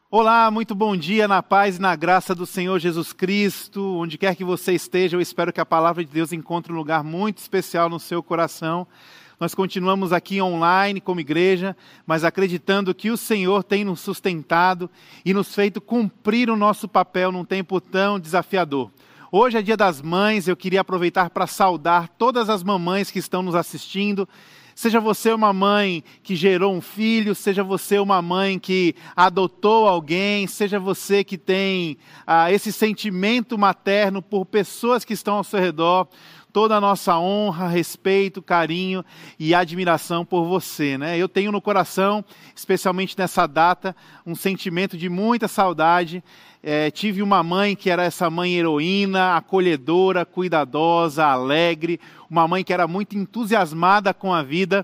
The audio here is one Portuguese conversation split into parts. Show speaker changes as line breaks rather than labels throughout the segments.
Olá, muito bom dia, na paz e na graça do Senhor Jesus Cristo. Onde quer que você esteja, eu espero que a palavra de Deus encontre um lugar muito especial no seu coração. Nós continuamos aqui online como igreja, mas acreditando que o Senhor tem nos sustentado e nos feito cumprir o nosso papel num tempo tão desafiador. Hoje é Dia das Mães, eu queria aproveitar para saudar todas as mamães que estão nos assistindo. Seja você uma mãe que gerou um filho, seja você uma mãe que adotou alguém, seja você que tem esse sentimento materno por pessoas que estão ao seu redor, toda a nossa honra, respeito, carinho e admiração por você, né? Eu tenho no coração, especialmente nessa data, um sentimento de muita saudade. Tive uma mãe que era essa mãe heroína, acolhedora, cuidadosa, alegre, uma mãe que era muito entusiasmada com a vida,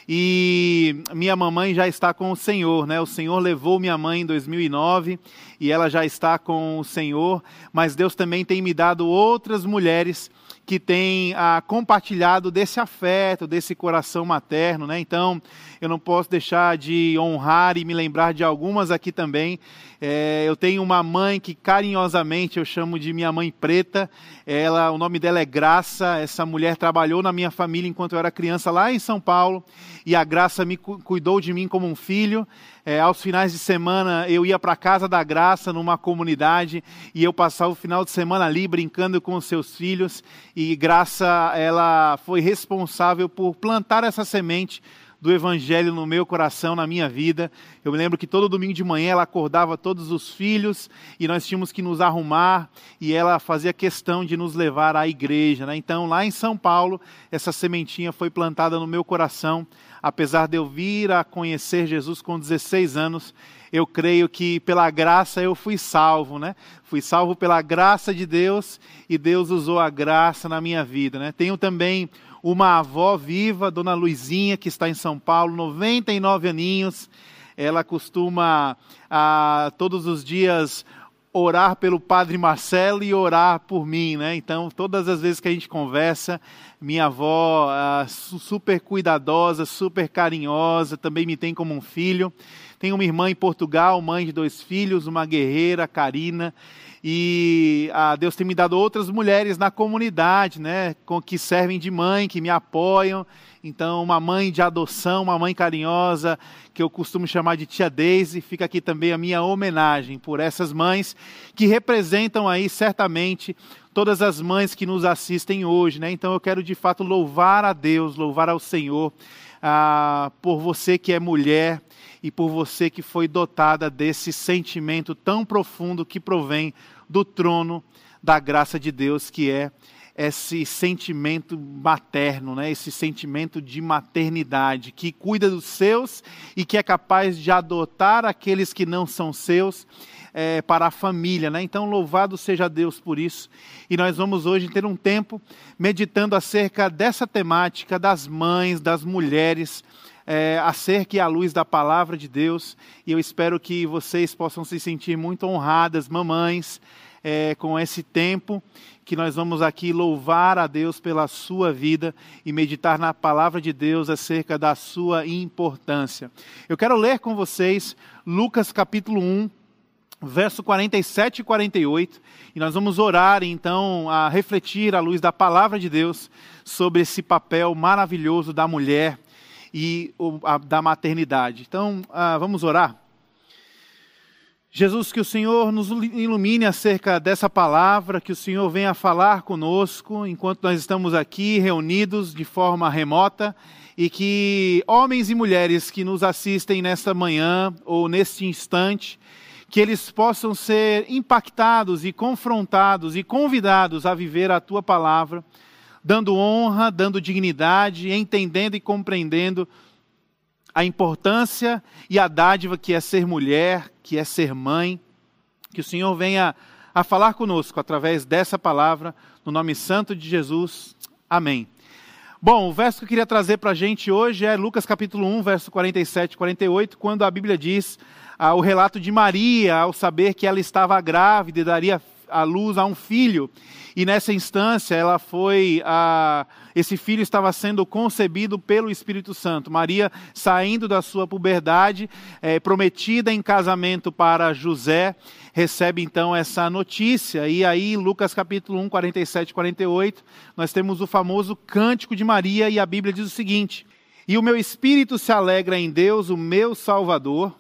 e minha mamãe já está com o Senhor, né? O Senhor levou minha mãe em 2009 e ela já está com o Senhor, mas Deus também tem me dado outras mulheres que têm compartilhado desse afeto, desse coração materno, né? Então, eu não posso deixar de honrar e me lembrar de algumas aqui também. Eu tenho uma mãe que carinhosamente eu chamo de minha mãe preta. O nome dela é Graça. Essa mulher trabalhou na minha família enquanto eu era criança lá em São Paulo, e a Graça cuidou de mim como um filho. Aos finais de semana eu ia para a casa da Graça numa comunidade e eu passava o final de semana ali brincando com os seus filhos, e Graça, ela foi responsável por plantar essa semente do Evangelho no meu coração, na minha vida. Eu me lembro que todo domingo de manhã ela acordava todos os filhos e nós tínhamos que nos arrumar, e ela fazia questão de nos levar à igreja, né? Então, lá em São Paulo, essa sementinha foi plantada no meu coração. Apesar de eu vir a conhecer Jesus com 16 anos, eu creio que pela graça eu fui salvo, né? Fui salvo pela graça de Deus, e Deus usou a graça na minha vida, né? Tenho também uma avó viva, Dona Luizinha, que está em São Paulo, 99 aninhos. Ela costuma todos os dias orar pelo Padre Marcelo e orar por mim, né? Então, todas as vezes que a gente conversa, minha avó, super cuidadosa, super carinhosa, também me tem como um filho. Tenho uma irmã em Portugal, mãe de 2 filhos, uma guerreira, Karina. E Deus tem me dado outras mulheres na comunidade, né, que servem de mãe, que me apoiam. Então, uma mãe de adoção, uma mãe carinhosa, que eu costumo chamar de tia Daisy. Fica aqui também a minha homenagem por essas mães que representam aí certamente todas as mães que nos assistem hoje, né? Então eu quero de fato louvar a Deus, louvar ao Senhor por você que é mulher e por você que foi dotada desse sentimento tão profundo que provém do trono da graça de Deus, que é esse sentimento materno, né? Esse sentimento de maternidade, que cuida dos seus e que é capaz de adotar aqueles que não são seus para a família, né? Então, louvado seja Deus por isso. E nós vamos hoje ter um tempo meditando acerca dessa temática das mães, das mulheres, acerca e à luz da palavra de Deus. E eu espero que vocês possam se sentir muito honradas, mamães, com esse tempo que nós vamos aqui louvar a Deus pela sua vida e meditar na palavra de Deus acerca da sua importância. Eu quero ler com vocês Lucas capítulo 1, verso 47 e 48, e nós vamos orar então, a refletir à luz da palavra de Deus sobre esse papel maravilhoso da mulher e da maternidade. Então, vamos orar. Jesus, que o Senhor nos ilumine acerca dessa palavra, que o Senhor venha falar conosco enquanto nós estamos aqui reunidos de forma remota, e que homens e mulheres que nos assistem nesta manhã ou neste instante, que eles possam ser impactados e confrontados e convidados a viver a Tua palavra, dando honra, dando dignidade, entendendo e compreendendo a importância e a dádiva que é ser mulher, que é ser mãe. Que o Senhor venha a falar conosco através dessa palavra, no nome santo de Jesus. Amém. Bom, o verso que eu queria trazer para a gente hoje é Lucas capítulo 1, verso 47 e 48, quando a Bíblia diz o relato de Maria, ao saber que ela estava grávida e daria à luz a um filho. E nessa instância, esse filho estava sendo concebido pelo Espírito Santo. Maria, saindo da sua puberdade, prometida em casamento para José, recebe então essa notícia. E aí, Lucas capítulo 1, 47 e 48, nós temos o famoso Cântico de Maria, e a Bíblia diz o seguinte: "E o meu espírito se alegra em Deus, o meu Salvador,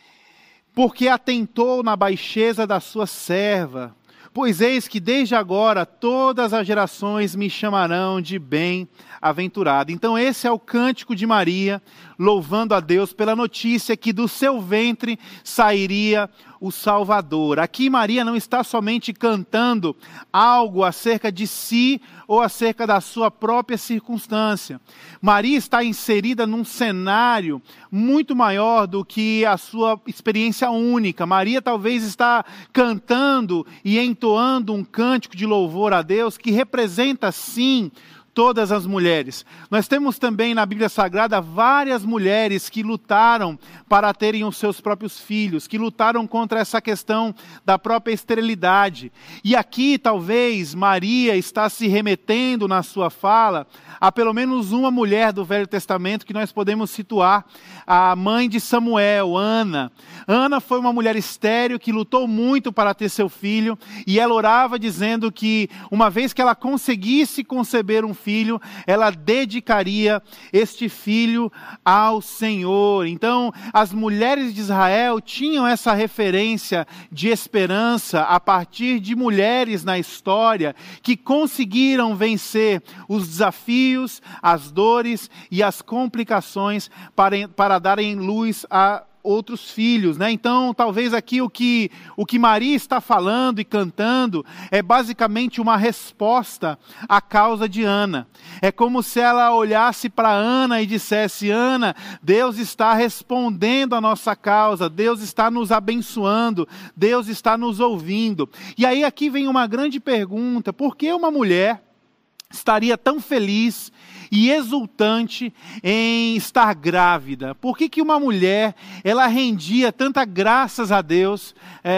porque atentou na baixeza da sua serva. Pois eis que desde agora todas as gerações me chamarão de bem-aventurada." Então esse é o cântico de Maria, louvando a Deus pela notícia que do seu ventre sairia o Salvador. Aqui Maria não está somente cantando algo acerca de si ou acerca da sua própria circunstância. Maria está inserida num cenário muito maior do que a sua experiência única. Maria talvez está cantando e entoando um cântico de louvor a Deus que representa, sim, todas as mulheres. Nós temos também na Bíblia Sagrada várias mulheres que lutaram para terem os seus próprios filhos, que lutaram contra essa questão da própria esterilidade. E aqui talvez Maria está se remetendo na sua fala a pelo menos uma mulher do Velho Testamento que nós podemos situar, a mãe de Samuel, Ana. Ana foi uma mulher estéril que lutou muito para ter seu filho, e ela orava dizendo que uma vez que ela conseguisse conceber um filho, ela dedicaria este filho ao Senhor. Então, as mulheres de Israel tinham essa referência de esperança a partir de mulheres na história que conseguiram vencer os desafios, as dores e as complicações para darem luz a outros filhos, né? Então, talvez aqui o que Maria está falando e cantando é basicamente uma resposta à causa de Ana. É como se ela olhasse para Ana e dissesse: Ana, Deus está respondendo a nossa causa, Deus está nos abençoando, Deus está nos ouvindo. E aí aqui vem uma grande pergunta: por que uma mulher estaria tão feliz e exultante em estar grávida? Por que uma mulher, ela rendia tanta graças a Deus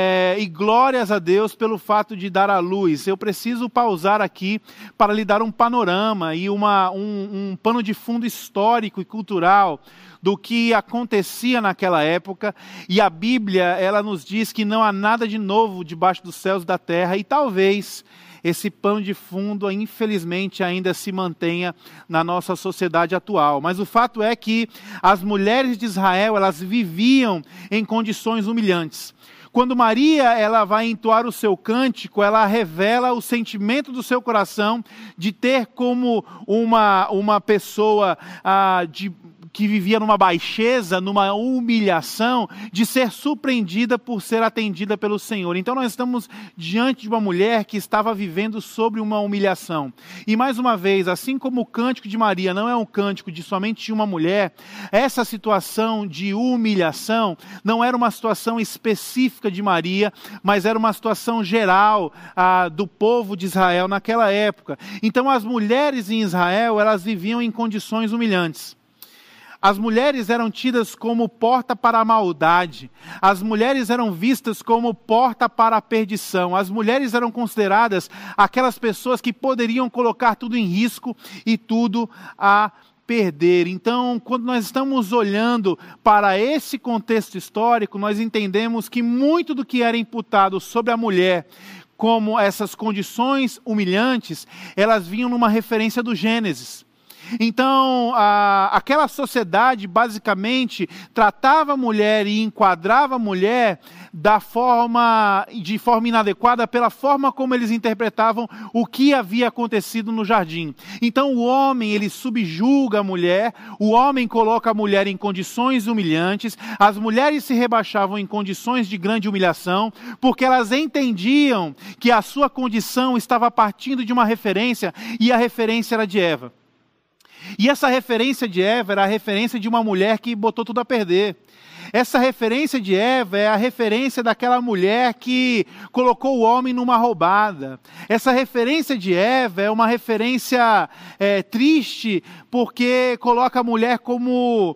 e glórias a Deus pelo fato de dar à luz? Eu preciso pausar aqui para lhe dar um panorama e um pano de fundo histórico e cultural do que acontecia naquela época. E a Bíblia, ela nos diz que não há nada de novo debaixo dos céus e da terra, e talvez esse pano de fundo, infelizmente, ainda se mantenha na nossa sociedade atual. Mas o fato é que as mulheres de Israel, elas viviam em condições humilhantes. Quando Maria, ela vai entoar o seu cântico, ela revela o sentimento do seu coração de ter como uma pessoa que vivia numa baixeza, numa humilhação, de ser surpreendida por ser atendida pelo Senhor. Então nós estamos diante de uma mulher que estava vivendo sobre uma humilhação. E mais uma vez, assim como o cântico de Maria não é um cântico de somente uma mulher, essa situação de humilhação não era uma situação específica de Maria, mas era uma situação geral do povo de Israel naquela época. Então as mulheres em Israel, elas viviam em condições humilhantes. As mulheres eram tidas como porta para a maldade. As mulheres eram vistas como porta para a perdição. As mulheres eram consideradas aquelas pessoas que poderiam colocar tudo em risco e tudo a perder. Então, quando nós estamos olhando para esse contexto histórico, nós entendemos que muito do que era imputado sobre a mulher como essas condições humilhantes, elas vinham numa referência do Gênesis. Então, aquela sociedade basicamente tratava a mulher e enquadrava a mulher de forma inadequada pela forma como eles interpretavam o que havia acontecido no jardim. Então o homem, ele subjuga a mulher, o homem coloca a mulher em condições humilhantes, as mulheres se rebaixavam em condições de grande humilhação, porque elas entendiam que a sua condição estava partindo de uma referência, e a referência era de Eva. E essa referência de Eva era a referência de uma mulher que botou tudo a perder. Essa referência de Eva é a referência daquela mulher que colocou o homem numa roubada. Essa referência de Eva é uma referência triste, porque coloca a mulher como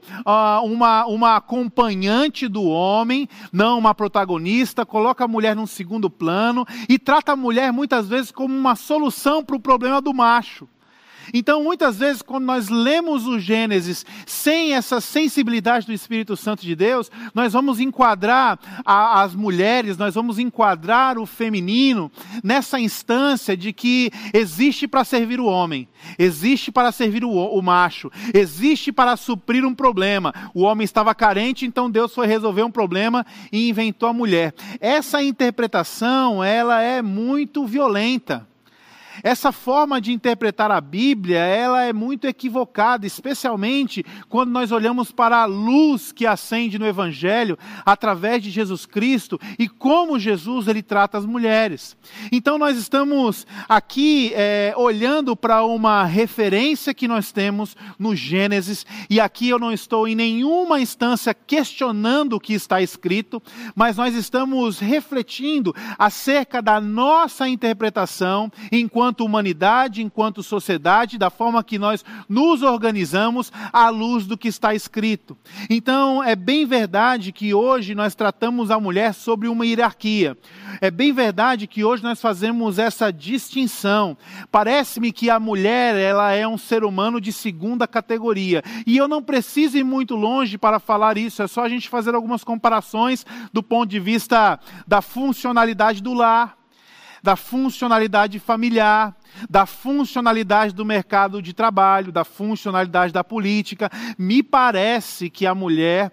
uma acompanhante do homem, não uma protagonista, coloca a mulher num segundo plano e trata a mulher muitas vezes como uma solução para o problema do macho. Então, muitas vezes, quando nós lemos o Gênesis sem essa sensibilidade do Espírito Santo de Deus, nós vamos enquadrar as mulheres, nós vamos enquadrar o feminino nessa instância de que existe para servir o homem, existe para servir o macho, existe para suprir um problema. O homem estava carente, então Deus foi resolver um problema e inventou a mulher. Essa interpretação, ela é muito violenta. Essa forma de interpretar a Bíblia, ela é muito equivocada, especialmente quando nós olhamos para a luz que acende no Evangelho, através de Jesus Cristo, e como Jesus ele trata as mulheres. Então nós estamos aqui olhando para uma referência que nós temos no Gênesis, e aqui eu não estou em nenhuma instância questionando o que está escrito, mas nós estamos refletindo acerca da nossa interpretação, enquanto humanidade, enquanto sociedade, da forma que nós nos organizamos à luz do que está escrito. Então, é bem verdade que hoje nós tratamos a mulher sobre uma hierarquia. É bem verdade que hoje nós fazemos essa distinção. Parece-me que a mulher, ela é um ser humano de segunda categoria. E eu não preciso ir muito longe para falar isso, é só a gente fazer algumas comparações do ponto de vista da funcionalidade do lar, da funcionalidade familiar, da funcionalidade do mercado de trabalho, da funcionalidade da política. Me parece que a mulher,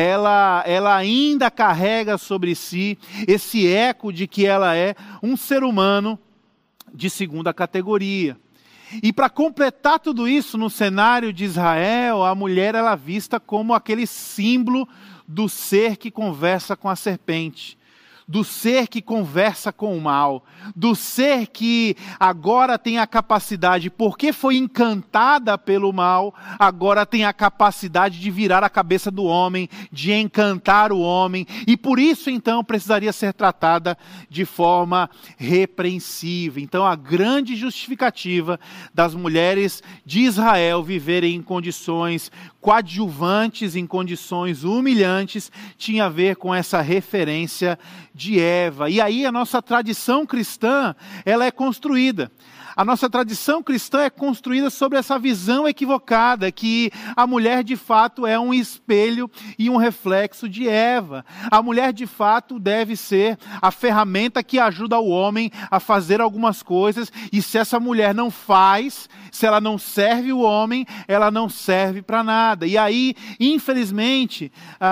ela ainda carrega sobre si esse eco de que ela é um ser humano de segunda categoria. E para completar tudo isso, no cenário de Israel, a mulher ela é vista como aquele símbolo do ser que conversa com a serpente, do ser que conversa com o mal, do ser que agora tem a capacidade, porque foi encantada pelo mal, agora tem a capacidade de virar a cabeça do homem, de encantar o homem, e por isso então precisaria ser tratada de forma repreensível. Então a grande justificativa das mulheres de Israel viverem em condições coadjuvantes, em condições humilhantes, tinha a ver com essa referência de Eva. E aí a nossa tradição cristã, ela é construída. A nossa tradição cristã é construída sobre essa visão equivocada, que a mulher de fato é um espelho e um reflexo de Eva. A mulher de fato deve ser a ferramenta que ajuda o homem a fazer algumas coisas, e se essa mulher não faz, se ela não serve o homem, ela não serve para nada. E aí, infelizmente,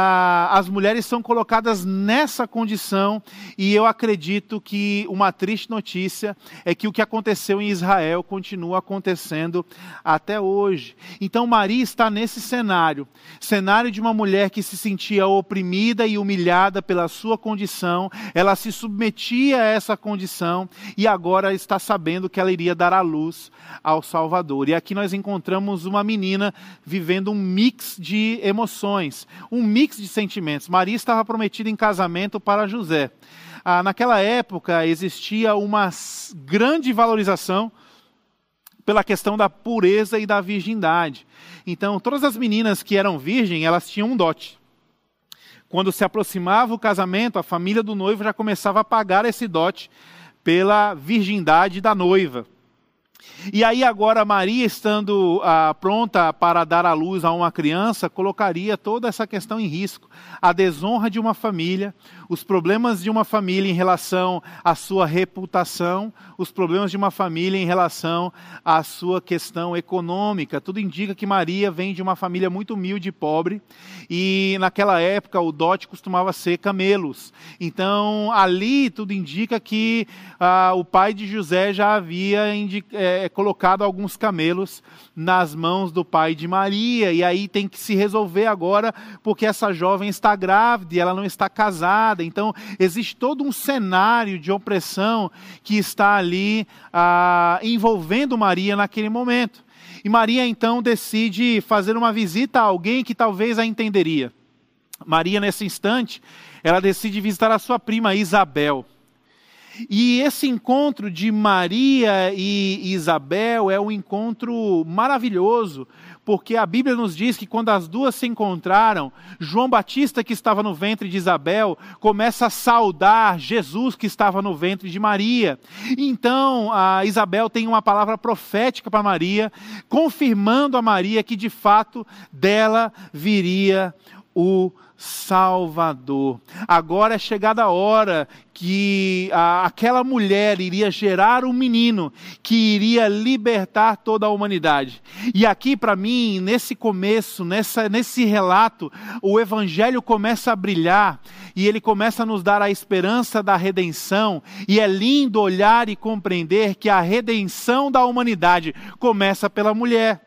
as mulheres são colocadas nessa condição, e eu acredito que uma triste notícia é que o que aconteceu em Israel continua acontecendo até hoje. Então Maria está nesse cenário de uma mulher que se sentia oprimida e humilhada pela sua condição, ela se submetia a essa condição e agora está sabendo que ela iria dar à luz ao Salvador. E aqui nós encontramos uma menina vivendo um mix de emoções, um mix de sentimentos. Maria estava prometida em casamento para José. Naquela época existia uma grande valorização pela questão da pureza e da virgindade. Então, todas as meninas que eram virgens, elas tinham um dote. Quando se aproximava o casamento, a família do noivo já começava a pagar esse dote pela virgindade da noiva. E aí agora Maria, estando pronta para dar à luz a uma criança, colocaria toda essa questão em risco. A desonra de uma família, os problemas de uma família em relação à sua reputação, os problemas de uma família em relação à sua questão econômica. Tudo indica que Maria vem de uma família muito humilde e pobre, e naquela época o dote costumava ser camelos. Então ali tudo indica que o pai de José já havia colocado alguns camelos nas mãos do pai de Maria, e aí tem que se resolver agora, porque essa jovem está grávida e ela não está casada. Então existe todo um cenário de opressão que está ali envolvendo Maria naquele momento. E Maria então decide fazer uma visita a alguém que talvez a entenderia. Maria, nesse instante, ela decide visitar a sua prima Isabel. E esse encontro de Maria e Isabel é um encontro maravilhoso, porque a Bíblia nos diz que quando as duas se encontraram, João Batista, que estava no ventre de Isabel, começa a saudar Jesus, que estava no ventre de Maria. Então, a Isabel tem uma palavra profética para Maria, confirmando a Maria que de fato dela viria o Salvador. Agora é chegada a hora que aquela mulher iria gerar um menino que iria libertar toda a humanidade. E aqui, para mim, nesse começo, nesse relato, o Evangelho começa a brilhar e ele começa a nos dar a esperança da redenção. E é lindo olhar e compreender que a redenção da humanidade começa pela mulher.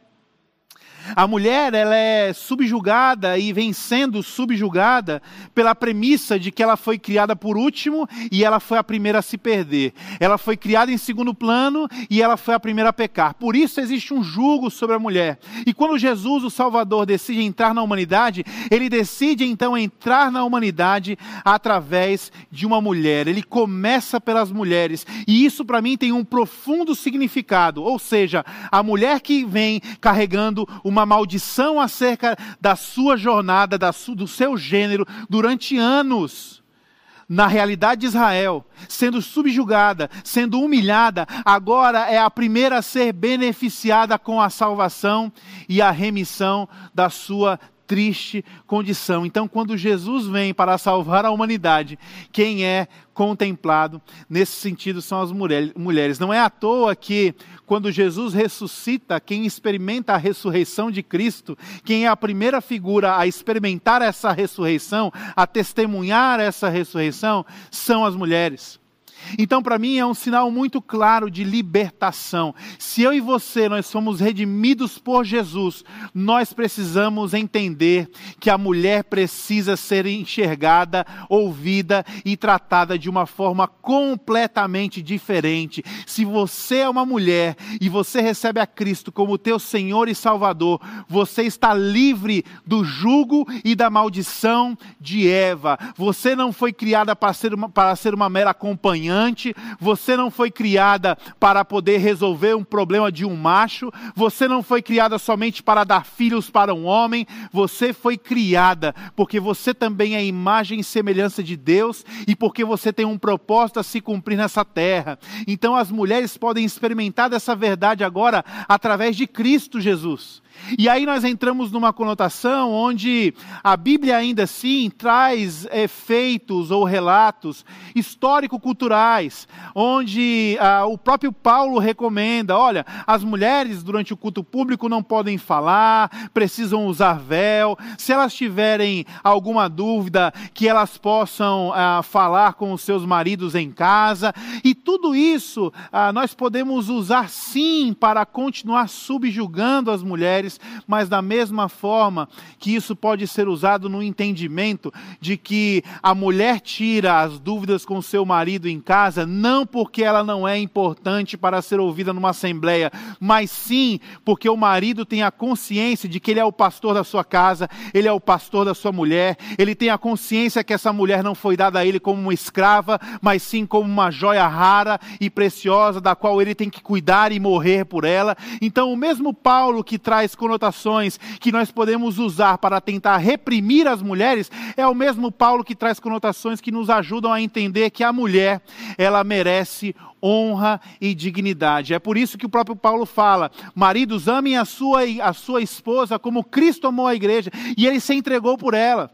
A mulher, ela é subjugada e vem sendo subjugada pela premissa de que ela foi criada por último e ela foi a primeira a se perder. Ela foi criada em segundo plano e ela foi a primeira a pecar. Por isso existe um jugo sobre a mulher. E quando Jesus, o Salvador, decide entrar na humanidade, ele decide então entrar na humanidade através de uma mulher. Ele começa pelas mulheres. E isso para mim tem um profundo significado. Ou seja, a mulher que vem carregando uma maldição acerca da sua jornada, do seu gênero, durante anos, na realidade de Israel, sendo subjugada, sendo humilhada, agora é a primeira a ser beneficiada com a salvação e a remissão da sua triste condição. Então, quando Jesus vem para salvar a humanidade, quem é contemplado nesse sentido são as mulheres. Não é à toa que quando Jesus ressuscita, quem experimenta a ressurreição de Cristo, quem é a primeira figura a experimentar essa ressurreição, a testemunhar essa ressurreição, são as mulheres. Então, para mim, é um sinal muito claro de libertação. Se eu e você, nós somos redimidos por Jesus, nós precisamos entender que a mulher precisa ser enxergada, ouvida e tratada de uma forma completamente diferente. Se você é uma mulher e você recebe a Cristo como teu Senhor e Salvador, você está livre do jugo e da maldição de Eva. Você não foi criada para ser uma mera acompanhante. Você não foi criada para poder resolver um problema de um macho. Você não foi criada somente para dar filhos para um homem. Você foi criada porque você também é a imagem e semelhança de Deus e porque você tem um propósito a se cumprir nessa terra. Então as mulheres podem experimentar dessa verdade agora através de Cristo Jesus. E aí nós entramos numa conotação onde a Bíblia ainda assim traz efeitos ou relatos histórico-culturais, onde o próprio Paulo recomenda, olha, as mulheres durante o culto público não podem falar, precisam usar véu, se elas tiverem alguma dúvida, que elas possam falar com os seus maridos em casa, e tudo isso nós podemos usar sim para continuar subjugando as mulheres, mas da mesma forma que isso pode ser usado no entendimento de que a mulher tira as dúvidas com seu marido em casa, não porque ela não é importante para ser ouvida numa assembleia, mas sim porque o marido tem a consciência de que ele é o pastor da sua casa, ele é o pastor da sua mulher, ele tem a consciência que essa mulher não foi dada a ele como uma escrava, mas sim como uma joia rara e preciosa, da qual ele tem que cuidar e morrer por ela. Então o mesmo Paulo que traz conotações que nós podemos usar para tentar reprimir as mulheres, é o mesmo Paulo que traz conotações que nos ajudam a entender que a mulher, ela merece honra e dignidade. É por isso que o próprio Paulo fala, maridos, amem a sua esposa como Cristo amou a igreja, e ele se entregou por ela.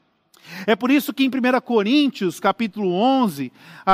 É por isso que em 1 Coríntios, capítulo 11,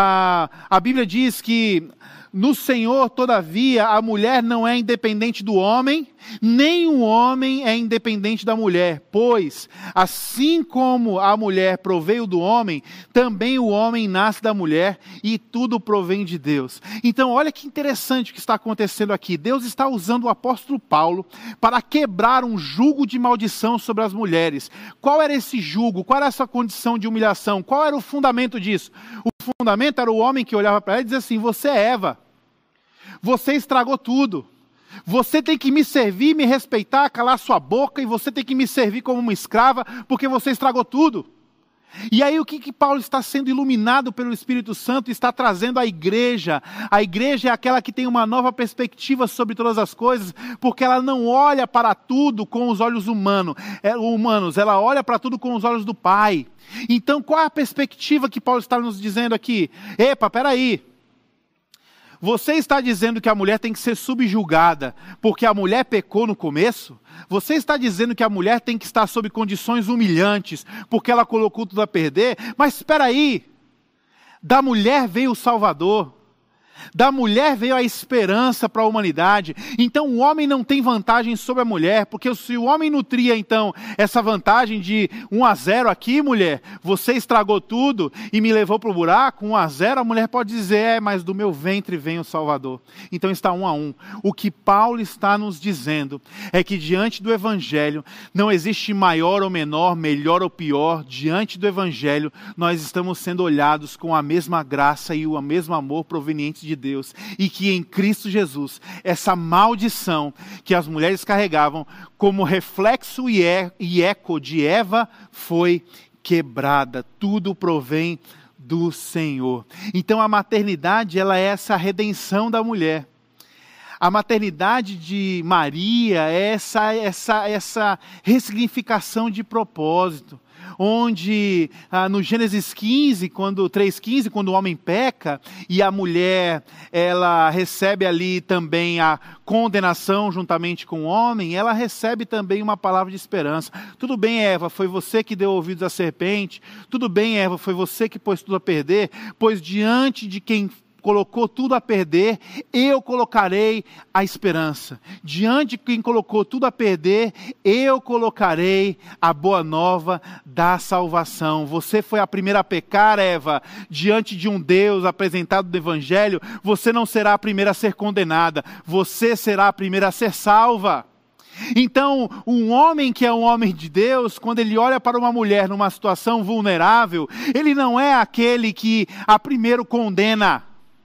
a Bíblia diz que no Senhor, todavia, a mulher não é independente do homem, nem o homem é independente da mulher, pois, assim como a mulher proveio do homem, também o homem nasce da mulher e tudo provém de Deus. Então, olha que interessante o que está acontecendo aqui. Deus está usando o apóstolo Paulo para quebrar um jugo de maldição sobre as mulheres. Qual era esse jugo? Qual era essa condição de humilhação? Qual era o fundamento disso? O fundamento era o homem que olhava para ela e dizia assim, você é Eva, você estragou tudo. Você tem que me servir, me respeitar, calar sua boca, e você tem que me servir como uma escrava, porque você estragou tudo. E aí o que Paulo está sendo iluminado pelo Espírito Santo e está trazendo à igreja? A igreja é aquela que tem uma nova perspectiva sobre todas as coisas, porque ela não olha para tudo com os olhos humanos, ela olha para tudo com os olhos do Pai. Então qual é a perspectiva que Paulo está nos dizendo aqui? Epa, peraí. Você está dizendo que a mulher tem que ser subjugada porque a mulher pecou no começo? Você está dizendo que a mulher tem que estar sob condições humilhantes porque ela colocou tudo a perder? Mas espera aí, da mulher veio o Salvador. Da mulher veio a esperança para a humanidade. Então o homem não tem vantagem sobre a mulher, porque se o homem nutria então essa vantagem de 1-0 aqui, mulher, você estragou tudo e me levou para o buraco, 1-0, a mulher pode dizer, mas do meu ventre vem o Salvador. Então está 1-1. O que Paulo está nos dizendo é que diante do Evangelho não existe maior ou menor, melhor ou pior. Diante do Evangelho nós estamos sendo olhados com a mesma graça e o mesmo amor proveniente de Deus, e que em Cristo Jesus, essa maldição que as mulheres carregavam como reflexo e eco de Eva foi quebrada. Tudo provém do Senhor. Então a maternidade, ela é essa redenção da mulher. A maternidade de Maria é essa ressignificação de propósito, onde no Gênesis 3:15, quando o homem peca e a mulher ela recebe ali também a condenação juntamente com o homem, ela recebe também uma palavra de esperança. Tudo bem, Eva, foi você que deu ouvidos à serpente, tudo bem, Eva, foi você que pôs tudo a perder, pois diante de quem colocou tudo a perder, eu colocarei a esperança. Diante de quem colocou tudo a perder, eu colocarei a boa nova da salvação. Você foi a primeira a pecar, Eva. Diante de um Deus apresentado no Evangelho, você não será a primeira a ser condenada, você será a primeira a ser salva. Então, um homem que é um homem de Deus, quando ele olha para uma mulher numa situação vulnerável, ele não é aquele que a primeiro condena.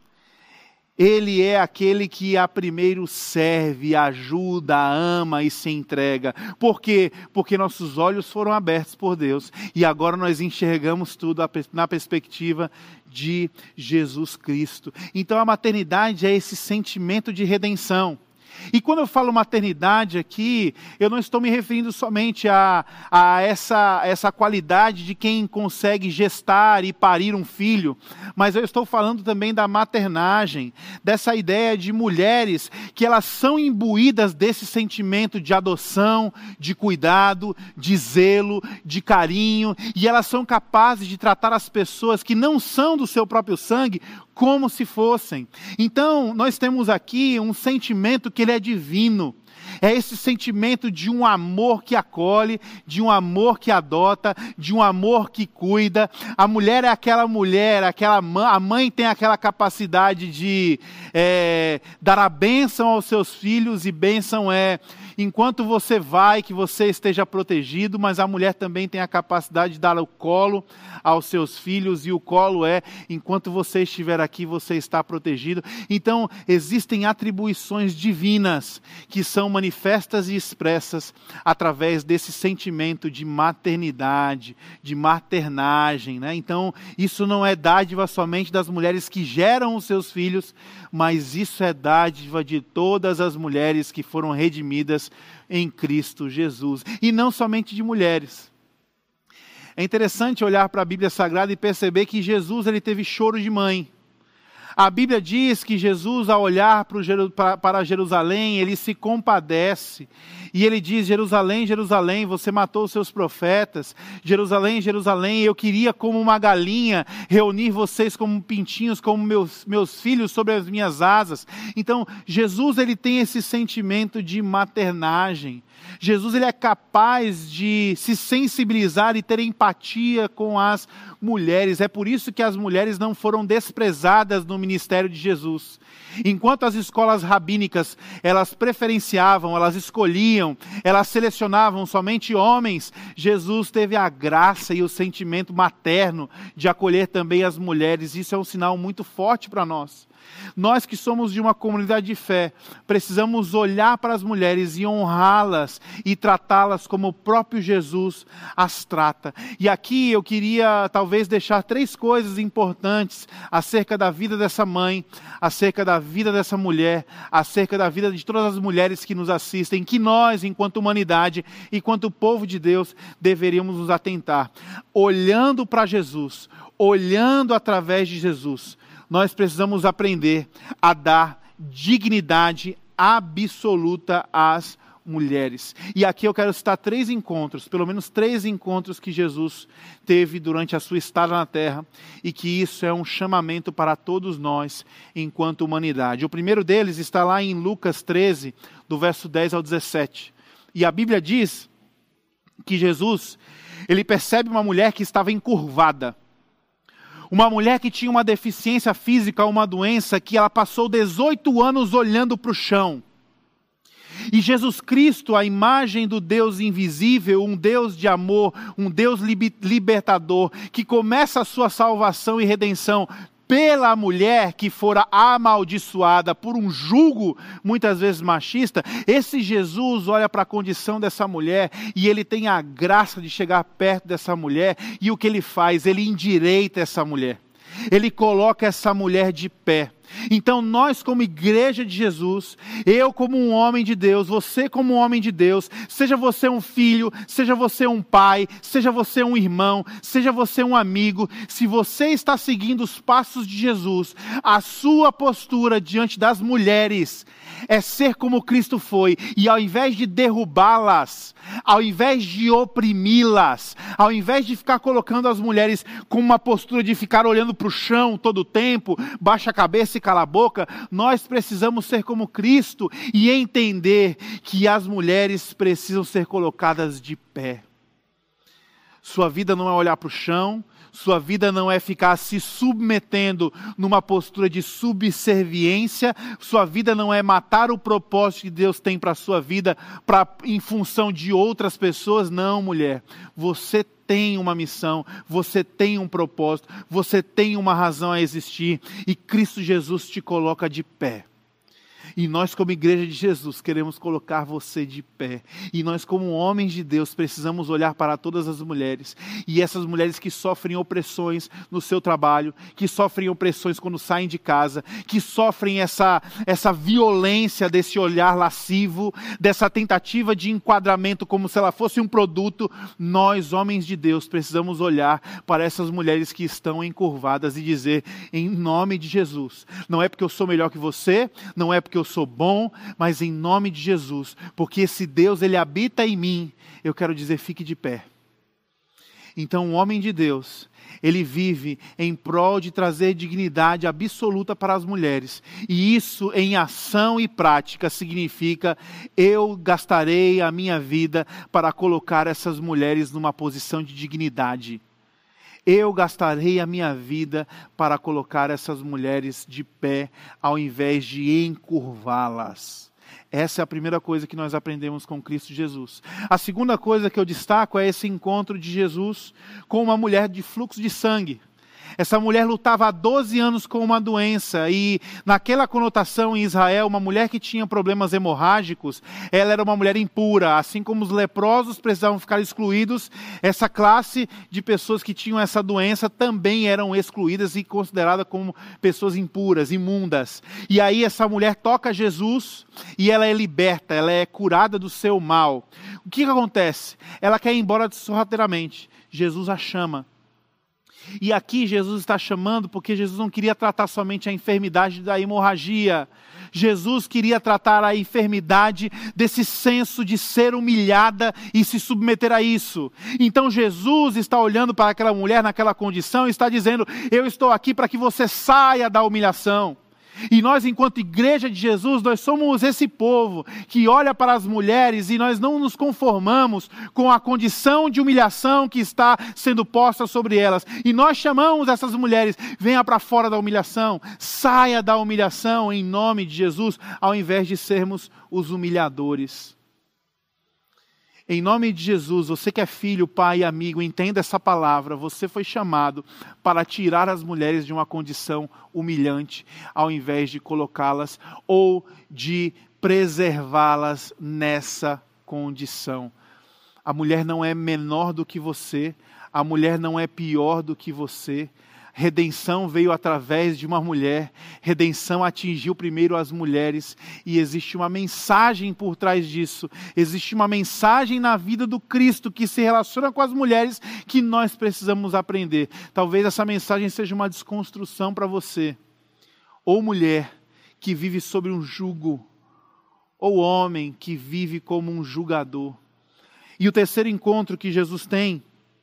Ele é aquele que a primeiro serve, ajuda, ama e se entrega. Por quê? Porque nossos olhos foram abertos por Deus. E agora nós enxergamos tudo na perspectiva de Jesus Cristo. Então a maternidade é esse sentimento de redenção. E quando eu falo maternidade aqui, eu não estou me referindo somente a essa qualidade de quem consegue gestar e parir um filho, mas eu estou falando também da maternagem, dessa ideia de mulheres que elas são imbuídas desse sentimento de adoção, de cuidado, de zelo, de carinho, e elas são capazes de tratar as pessoas que não são do seu próprio sangue como se fossem. Então, nós temos aqui um sentimento que ele é divino. É esse sentimento de um amor que acolhe, de um amor que adota, de um amor que cuida. A mulher é aquela mulher, a mãe tem aquela capacidade de dar a bênção aos seus filhos, e bênção é enquanto você vai, que você esteja protegido, mas a mulher também tem a capacidade de dar o colo aos seus filhos, e o colo é, enquanto você estiver aqui, você está protegido. Então, existem atribuições divinas que são manifestas e expressas através desse sentimento de maternidade, de maternagem, né? Então, isso não é dádiva somente das mulheres que geram os seus filhos, mas isso é dádiva de todas as mulheres que foram redimidas em Cristo Jesus, e não somente de mulheres. É interessante olhar para a Bíblia Sagrada e perceber que Jesus ele teve choro de mãe. A Bíblia diz que Jesus, ao olhar para Jerusalém, ele se compadece. E ele diz, Jerusalém, Jerusalém, você matou os seus profetas. Jerusalém, Jerusalém, eu queria como uma galinha reunir vocês como pintinhos, como meus filhos sobre as minhas asas. Então, Jesus ele tem esse sentimento de maternagem. Jesus ele é capaz de se sensibilizar e ter empatia com as mulheres. É por isso que as mulheres não foram desprezadas no ministério de Jesus. Enquanto as escolas rabínicas, elas preferenciavam, elas escolhiam, elas selecionavam somente homens, Jesus teve a graça e o sentimento materno de acolher também as mulheres. Isso é um sinal muito forte para nós. Nós que somos de uma comunidade de fé, precisamos olhar para as mulheres e honrá-las e tratá-las como o próprio Jesus as trata. E aqui eu queria talvez deixar 3 coisas importantes acerca da vida dessa mãe, acerca da vida dessa mulher, acerca da vida de todas as mulheres que nos assistem, que nós, enquanto humanidade, enquanto povo de Deus, deveríamos nos atentar. Olhando para Jesus, olhando através de Jesus, nós precisamos aprender a dar dignidade absoluta às mulheres. E aqui eu quero citar 3 encontros, pelo menos 3 encontros que Jesus teve durante a sua estada na terra, e que isso é um chamamento para todos nós, enquanto humanidade. O primeiro deles está lá em Lucas 13, do verso 10 ao 17. E a Bíblia diz que Jesus, ele percebe uma mulher que estava encurvada. Uma mulher que tinha uma deficiência física, uma doença, que ela passou 18 anos olhando para o chão. E Jesus Cristo, a imagem do Deus invisível, um Deus de amor, um Deus libertador, que começa a sua salvação e redenção pela mulher que fora amaldiçoada por um jugo, muitas vezes machista, esse Jesus olha para a condição dessa mulher e ele tem a graça de chegar perto dessa mulher, e o que ele faz? Ele endireita essa mulher. Ele coloca essa mulher de pé. Então nós, como igreja de Jesus, eu como um homem de Deus, você como um homem de Deus, seja você um filho, seja você um pai, seja você um irmão, seja você um amigo, se você está seguindo os passos de Jesus, a sua postura diante das mulheres é ser como Cristo foi, e ao invés de derrubá-las, ao invés de oprimi-las, ao invés de ficar colocando as mulheres com uma postura de ficar olhando para o chão todo o tempo, baixa a cabeça e cala a boca, nós precisamos ser como Cristo e entender que as mulheres precisam ser colocadas de pé. Sua vida não é olhar para o chão, sua vida não é ficar se submetendo numa postura de subserviência, sua vida não é matar o propósito que Deus tem para a sua vida em função de outras pessoas. Não, mulher, você tem uma missão, você tem um propósito, você tem uma razão a existir, e Cristo Jesus te coloca de pé. E nós, como igreja de Jesus, queremos colocar você de pé. E nós, como homens de Deus, precisamos olhar para todas as mulheres. E essas mulheres que sofrem opressões no seu trabalho, que sofrem opressões quando saem de casa, que sofrem essa violência desse olhar lascivo, dessa tentativa de enquadramento como se ela fosse um produto. Nós, homens de Deus, precisamos olhar para essas mulheres que estão encurvadas e dizer, em nome de Jesus, não é porque eu sou melhor que você, não é porque eu sou bom, mas em nome de Jesus, porque esse Deus, ele habita em mim, eu quero dizer, fique de pé. Então o homem de Deus, ele vive em prol de trazer dignidade absoluta para as mulheres, e isso em ação e prática significa, eu gastarei a minha vida para colocar essas mulheres numa posição de dignidade. Eu gastarei a minha vida para colocar essas mulheres de pé, ao invés de encurvá-las. Essa é a primeira coisa que nós aprendemos com Cristo Jesus. A segunda coisa que eu destaco é esse encontro de Jesus com uma mulher de fluxo de sangue. Essa mulher lutava há 12 anos com uma doença, e naquela conotação em Israel, uma mulher que tinha problemas hemorrágicos, ela era uma mulher impura. Assim como os leprosos precisavam ficar excluídos, essa classe de pessoas que tinham essa doença também eram excluídas e consideradas como pessoas impuras, imundas. E aí essa mulher toca Jesus e ela é liberta, ela é curada do seu mal. O que acontece? Ela quer ir embora sorrateiramente. Jesus a chama. E aqui Jesus está chamando porque Jesus não queria tratar somente a enfermidade da hemorragia. Jesus queria tratar a enfermidade desse senso de ser humilhada e se submeter a isso. Então Jesus está olhando para aquela mulher naquela condição e está dizendo, eu estou aqui para que você saia da humilhação. E nós, enquanto igreja de Jesus, nós somos esse povo que olha para as mulheres e nós não nos conformamos com a condição de humilhação que está sendo posta sobre elas. E nós chamamos essas mulheres, venha para fora da humilhação, saia da humilhação em nome de Jesus, ao invés de sermos os humilhadores. Em nome de Jesus, você que é filho, pai e amigo, entenda essa palavra. Você foi chamado para tirar as mulheres de uma condição humilhante, ao invés de colocá-las ou de preservá-las nessa condição. A mulher não é menor do que você, a mulher não é pior do que você. Redenção veio através de uma mulher, redenção atingiu primeiro as mulheres e existe uma mensagem por trás disso, existe uma mensagem na vida do Cristo que se relaciona com as mulheres que nós precisamos aprender. Talvez essa mensagem seja uma desconstrução para você, ou mulher que vive sob um jugo, ou homem que vive como um julgador. E o terceiro encontro que Jesus tem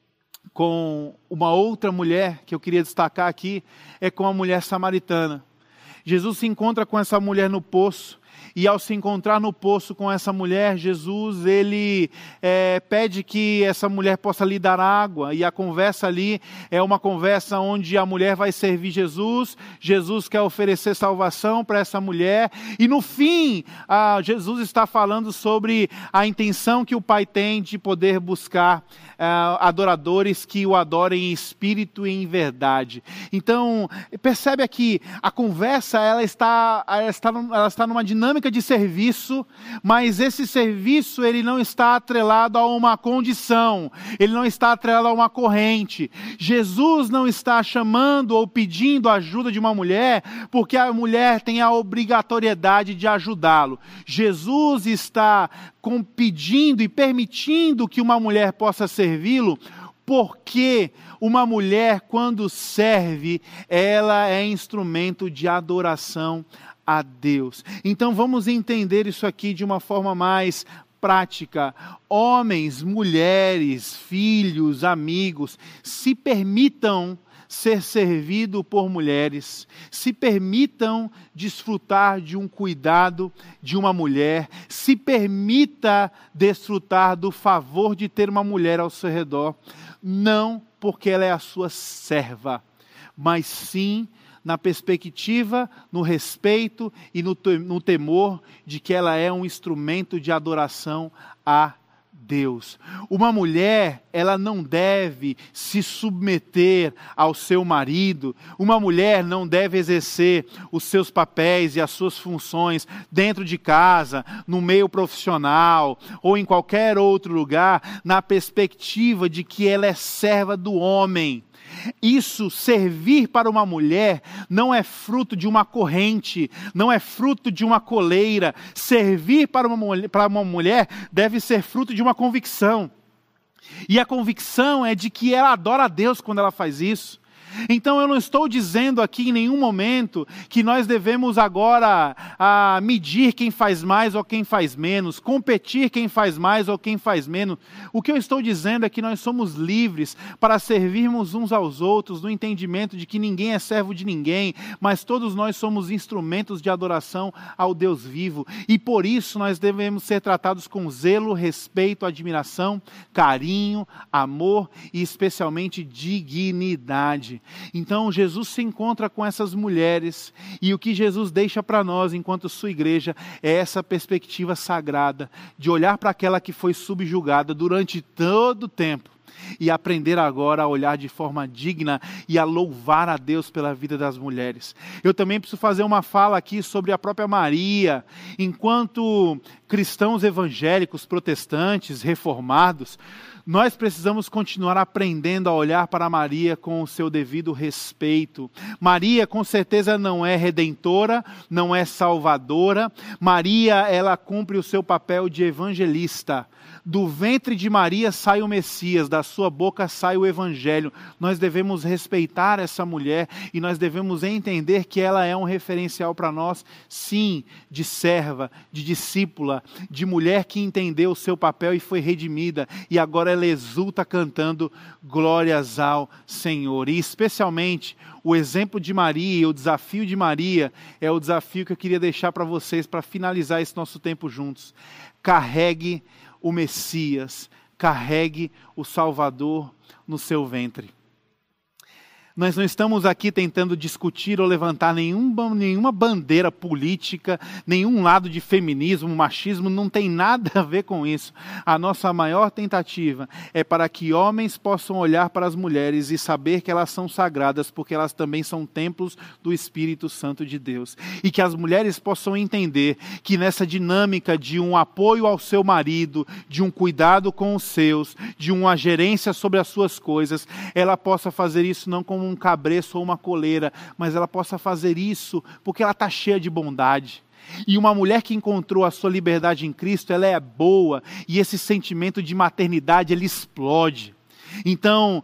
com uma outra mulher, que eu queria destacar aqui, é com a mulher samaritana. Jesus se encontra com essa mulher no poço, e ao se encontrar no poço com essa mulher, Jesus, ele pede que essa mulher possa lhe dar água, e a conversa ali é uma conversa onde a mulher vai servir Jesus, Jesus quer oferecer salvação para essa mulher, e no fim, Jesus está falando sobre a intenção que o Pai tem de poder buscar adoradores que o adorem em espírito e em verdade. Então, percebe aqui, a conversa ela está numa dinâmica de serviço, mas esse serviço ele não está atrelado a uma condição, ele não está atrelado a uma corrente. Jesus não está chamando ou pedindo a ajuda de uma mulher, porque a mulher tem a obrigatoriedade de ajudá-lo. Jesus está pedindo e permitindo que uma mulher possa servi-lo, porque uma mulher, quando serve, ela é instrumento de adoração a Deus. Então vamos entender isso aqui de uma forma mais prática. Homens, mulheres, filhos, amigos, se permitam ser servido por mulheres, se permitam desfrutar de um cuidado de uma mulher, se permita desfrutar do favor de ter uma mulher ao seu redor, não porque ela é a sua serva, mas sim na perspectiva, no respeito e no temor de que ela é um instrumento de adoração a Deus. Uma mulher, ela não deve se submeter ao seu marido, uma mulher não deve exercer os seus papéis e as suas funções dentro de casa, no meio profissional ou em qualquer outro lugar, na perspectiva de que ela é serva do homem. Isso, servir para uma mulher, não é fruto de uma corrente, não é fruto de uma coleira. Servir para uma mulher deve ser fruto de uma convicção. E a convicção é de que ela adora a Deus quando ela faz isso. Então eu não estou dizendo aqui em nenhum momento que nós devemos agora medir quem faz mais ou quem faz menos, competir quem faz mais ou quem faz menos. O que eu estou dizendo é que nós somos livres para servirmos uns aos outros no entendimento de que ninguém é servo de ninguém, mas todos nós somos instrumentos de adoração ao Deus vivo. E por isso nós devemos ser tratados com zelo, respeito, admiração, carinho, amor e especialmente dignidade. Então Jesus se encontra com essas mulheres e o que Jesus deixa para nós enquanto sua igreja é essa perspectiva sagrada de olhar para aquela que foi subjugada durante todo o tempo e aprender agora a olhar de forma digna e a louvar a Deus pela vida das mulheres. Eu também preciso fazer uma fala aqui sobre a própria Maria. Enquanto cristãos evangélicos, protestantes, reformados, nós precisamos continuar aprendendo a olhar para Maria com o seu devido respeito. Maria, com certeza, não é redentora, não é salvadora. Maria, ela cumpre o seu papel de evangelista. Do ventre de Maria sai o Messias, da sua boca sai o Evangelho. Nós devemos respeitar essa mulher e nós devemos entender que ela é um referencial para nós, sim, de serva, de discípula, de mulher que entendeu o seu papel e foi redimida. E agora ela exulta cantando glórias ao Senhor. E especialmente o exemplo de Maria, o desafio de Maria, é o desafio que eu queria deixar para vocês para finalizar esse nosso tempo juntos. Carregue o Messias, carregue o Salvador no seu ventre. Nós não estamos aqui tentando discutir ou levantar nenhuma bandeira política, nenhum lado de feminismo, machismo, não tem nada a ver com isso. A nossa maior tentativa é para que homens possam olhar para as mulheres e saber que elas são sagradas, porque elas também são templos do Espírito Santo de Deus. E que as mulheres possam entender que nessa dinâmica de um apoio ao seu marido, de um cuidado com os seus, de uma gerência sobre as suas coisas, ela possa fazer isso não como um cabreço ou uma coleira, mas ela possa fazer isso porque ela está cheia de bondade. E uma mulher que encontrou a sua liberdade em Cristo, ela é boa, e esse sentimento de maternidade, ele explode. Então,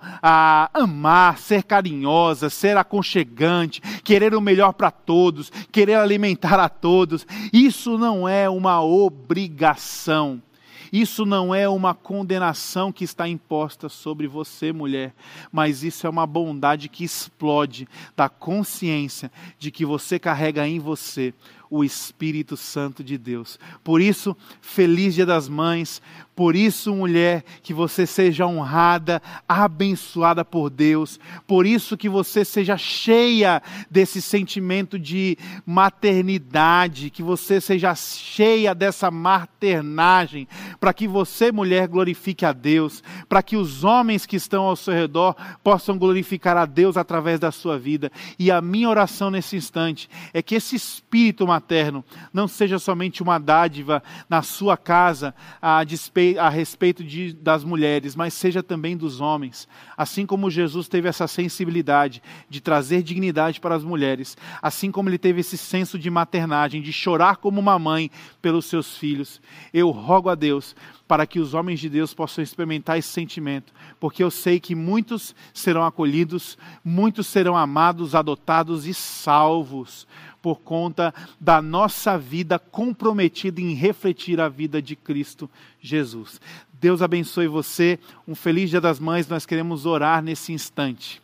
amar, ser carinhosa, ser aconchegante, querer o melhor para todos, querer alimentar a todos, isso não é uma obrigação. Isso não é uma condenação que está imposta sobre você, mulher, mas isso é uma bondade que explode da consciência de que você carrega em você o Espírito Santo de Deus. Por isso, feliz Dia das Mães. Por isso, mulher, que você seja honrada, abençoada por Deus. Por isso que você seja cheia desse sentimento de maternidade, que você seja cheia dessa maternagem, para que você, mulher, glorifique a Deus, para que os homens que estão ao seu redor possam glorificar a Deus através da sua vida. E a minha oração nesse instante é que esse espírito materno não seja somente uma dádiva na sua casa a respeito das mulheres, mas seja também dos homens. Assim como Jesus teve essa sensibilidade de trazer dignidade para as mulheres, assim como ele teve esse senso de maternagem, de chorar como uma mãe pelos seus filhos, eu rogo a Deus para que os homens de Deus possam experimentar esse sentimento, porque eu sei que muitos serão acolhidos, muitos serão amados, adotados e salvos, por conta da nossa vida comprometida em refletir a vida de Cristo Jesus. Deus abençoe você, um feliz Dia das Mães, nós queremos orar nesse instante.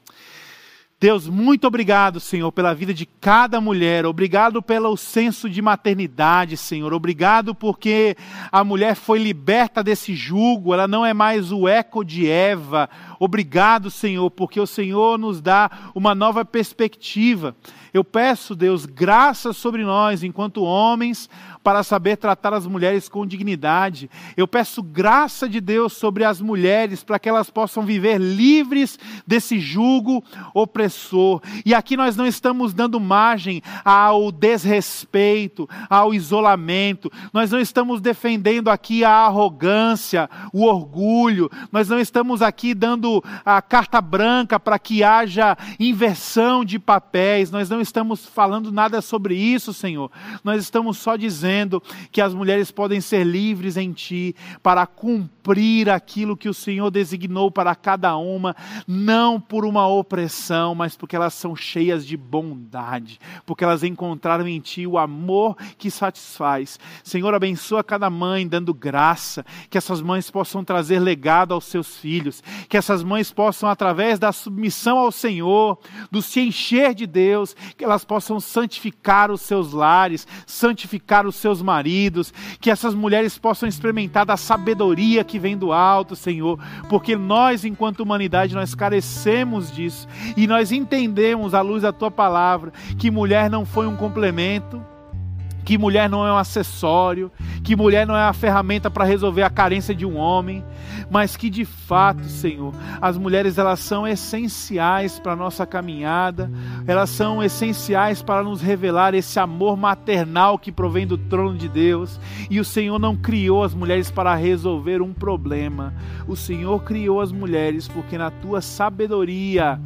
Deus, muito obrigado, Senhor, pela vida de cada mulher, obrigado pelo senso de maternidade, Senhor, obrigado porque a mulher foi liberta desse jugo, ela não é mais o eco de Eva, obrigado, Senhor, porque o Senhor nos dá uma nova perspectiva. Eu peço, Deus, graça sobre nós, enquanto homens, para saber tratar as mulheres com dignidade. Eu peço graça de Deus sobre as mulheres, para que elas possam viver livres desse jugo opressor. E aqui nós não estamos dando margem ao desrespeito, ao isolamento. Nós não estamos defendendo aqui a arrogância, o orgulho. Nós não estamos aqui dando a carta branca para que haja inversão de papéis. Nós não estamos falando nada sobre isso, Senhor. Nós estamos só dizendo que as mulheres podem ser livres em Ti para cumprir aquilo que o Senhor designou para cada uma, não por uma opressão, mas porque elas são cheias de bondade, porque elas encontraram em Ti o amor que satisfaz. Senhor, abençoa cada mãe dando graça, que essas mães possam trazer legado aos seus filhos, que essas mães possam, através da submissão ao Senhor, do se encher de Deus, que elas possam santificar os seus lares, santificar os seus maridos, que essas mulheres possam experimentar da sabedoria que vem do alto, Senhor, porque nós, enquanto humanidade, nós carecemos disso, e nós entendemos, à luz da Tua palavra, que mulher não foi um complemento, que mulher não é um acessório, que mulher não é uma ferramenta para resolver a carência de um homem, mas que de fato, Senhor, as mulheres elas são essenciais para a nossa caminhada, elas são essenciais para nos revelar esse amor maternal que provém do trono de Deus, e o Senhor não criou as mulheres para resolver um problema, o Senhor criou as mulheres porque na Tua sabedoria,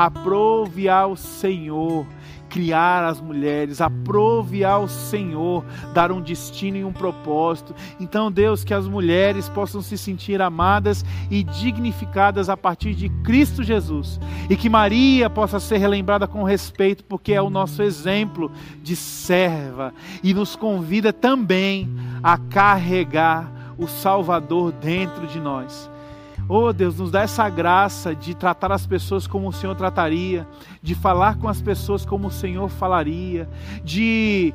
aprove ao Senhor criar as mulheres, aprove ao Senhor dar um destino e um propósito. Então, Deus, que as mulheres possam se sentir amadas e dignificadas a partir de Cristo Jesus, e que Maria possa ser relembrada com respeito, porque é o nosso exemplo de serva, e nos convida também a carregar o Salvador dentro de nós. Oh Deus, nos dá essa graça de tratar as pessoas como o Senhor trataria, de falar com as pessoas como o Senhor falaria, de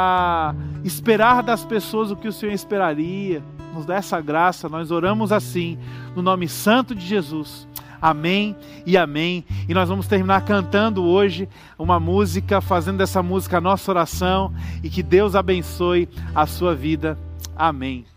esperar das pessoas o que o Senhor esperaria. Nos dá essa graça, nós oramos assim, no nome santo de Jesus. Amém e amém. E nós vamos terminar cantando hoje uma música, fazendo dessa música a nossa oração, e que Deus abençoe a sua vida. Amém.